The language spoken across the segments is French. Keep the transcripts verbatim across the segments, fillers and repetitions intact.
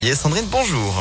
Et Sandrine, bonjour.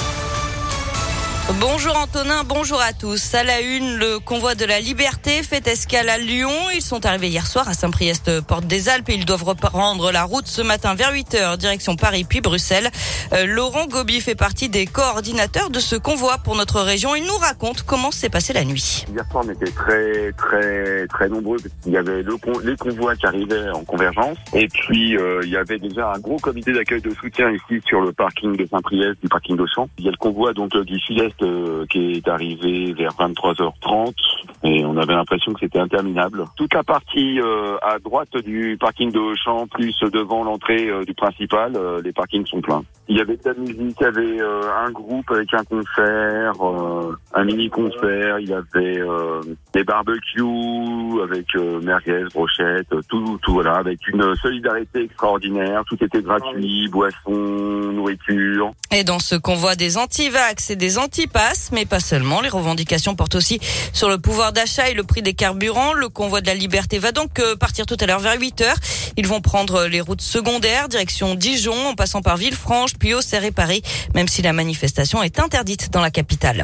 Bonjour Antonin, bonjour à tous. À la une, le convoi de la liberté fait escale à Lyon. Ils sont arrivés hier soir à Saint-Priest, porte des Alpes, et ils doivent reprendre la route ce matin vers huit heures, direction Paris puis Bruxelles. Euh, Laurent Gobi fait partie des coordinateurs de ce convoi pour notre région. Il nous raconte comment s'est passée la nuit. Hier soir, on était très, très, très nombreux. Il y avait le con- les convois qui arrivaient en convergence. Et puis, euh, il y avait déjà un gros comité d'accueil de soutien ici sur le parking de Saint-Priest, du parking d'Auchan. Il y a le convoi donc du sud-est euh, qui est arrivé vers vingt-trois heures trente. Et on avait l'impression que c'était interminable. Toute la partie euh, à droite du parking de Auchan, plus devant l'entrée euh, du principal, euh, les parkings sont pleins. Il y avait de la musique, il y avait euh, un groupe avec un concert, euh, un mini-concert, il y avait euh, des barbecues avec euh, merguez, brochettes, tout, tout voilà, avec une solidarité extraordinaire. Tout était gratuit, boissons, nourriture. Et dans ce convoi, des anti-vax et des anti-passes, mais pas seulement. Les revendications portent aussi sur le pouvoir d'achat et le prix des carburants. Le convoi de la liberté va donc euh, partir tout à l'heure vers huit heures. Ils vont prendre les routes secondaires, direction Dijon, en passant par Villefranche, puis Auxerre et Paris, même si la manifestation est interdite dans la capitale.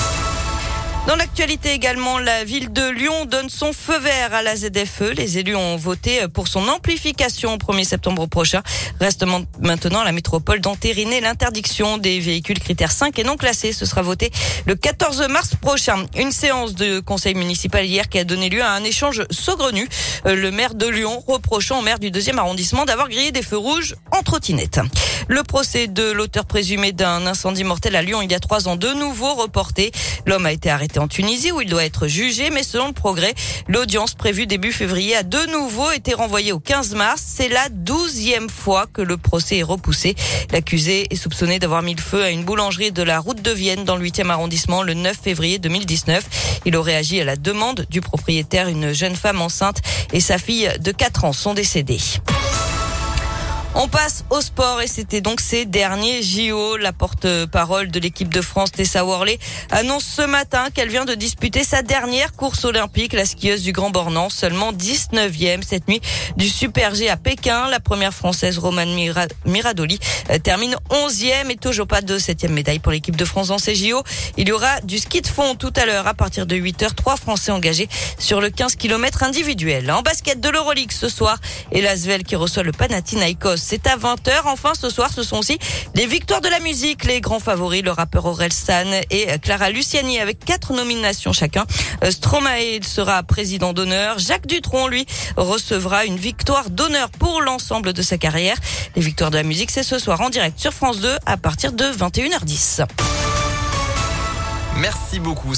Dans l'actualité également, la ville de Lyon donne son feu vert à la Z F E. Les élus ont voté pour son amplification au premier septembre prochain. Reste maintenant à la métropole d'entériner l'interdiction des véhicules critères cinq et non classés. Ce sera voté le quatorze mars prochain. Une séance de conseil municipal hier qui a donné lieu à un échange saugrenu. Le maire de Lyon reprochant au maire du deuxième arrondissement d'avoir grillé des feux rouges en trottinette. Le procès de l'auteur présumé d'un incendie mortel à Lyon il y a trois ans, de nouveau reporté. L'homme a été arrêté en Tunisie où il doit être jugé, mais selon le Progrès, l'audience prévue début février a de nouveau été renvoyée au quinze mars. C'est la douzième fois que le procès est repoussé. L'accusé est soupçonné d'avoir mis le feu à une boulangerie de la route de Vienne dans le huitième arrondissement le neuf février deux mille dix-neuf. Il aurait agi à la demande du propriétaire. Une jeune femme enceinte et sa fille de quatre ans sont décédées. On passe au sport et c'était donc ces derniers J O. La porte-parole de l'équipe de France, Tessa Worley, annonce ce matin qu'elle vient de disputer sa dernière course olympique. La skieuse du Grand Bornand, seulement dix-neuvième cette nuit du Super G à Pékin. La première française, Romane Mira- Miradoli, euh, termine onzième et toujours pas de septième médaille pour l'équipe de France dans ces J O. Il y aura du ski de fond tout à l'heure à partir de huit heures. Trois Français engagés sur le quinze kilomètres individuel. En basket de l'Euroleague ce soir et l'Asvel qui reçoit le Panathinaikos. C'est à vingt heures. Enfin, ce soir, ce sont aussi les victoires de la musique. Les grands favoris, le rappeur Orelsan et Clara Luciani avec quatre nominations chacun. Stromae sera président d'honneur. Jacques Dutronc, lui, recevra une victoire d'honneur pour l'ensemble de sa carrière. Les victoires de la musique, c'est ce soir en direct sur France deux à partir de vingt et une heures dix. Merci beaucoup.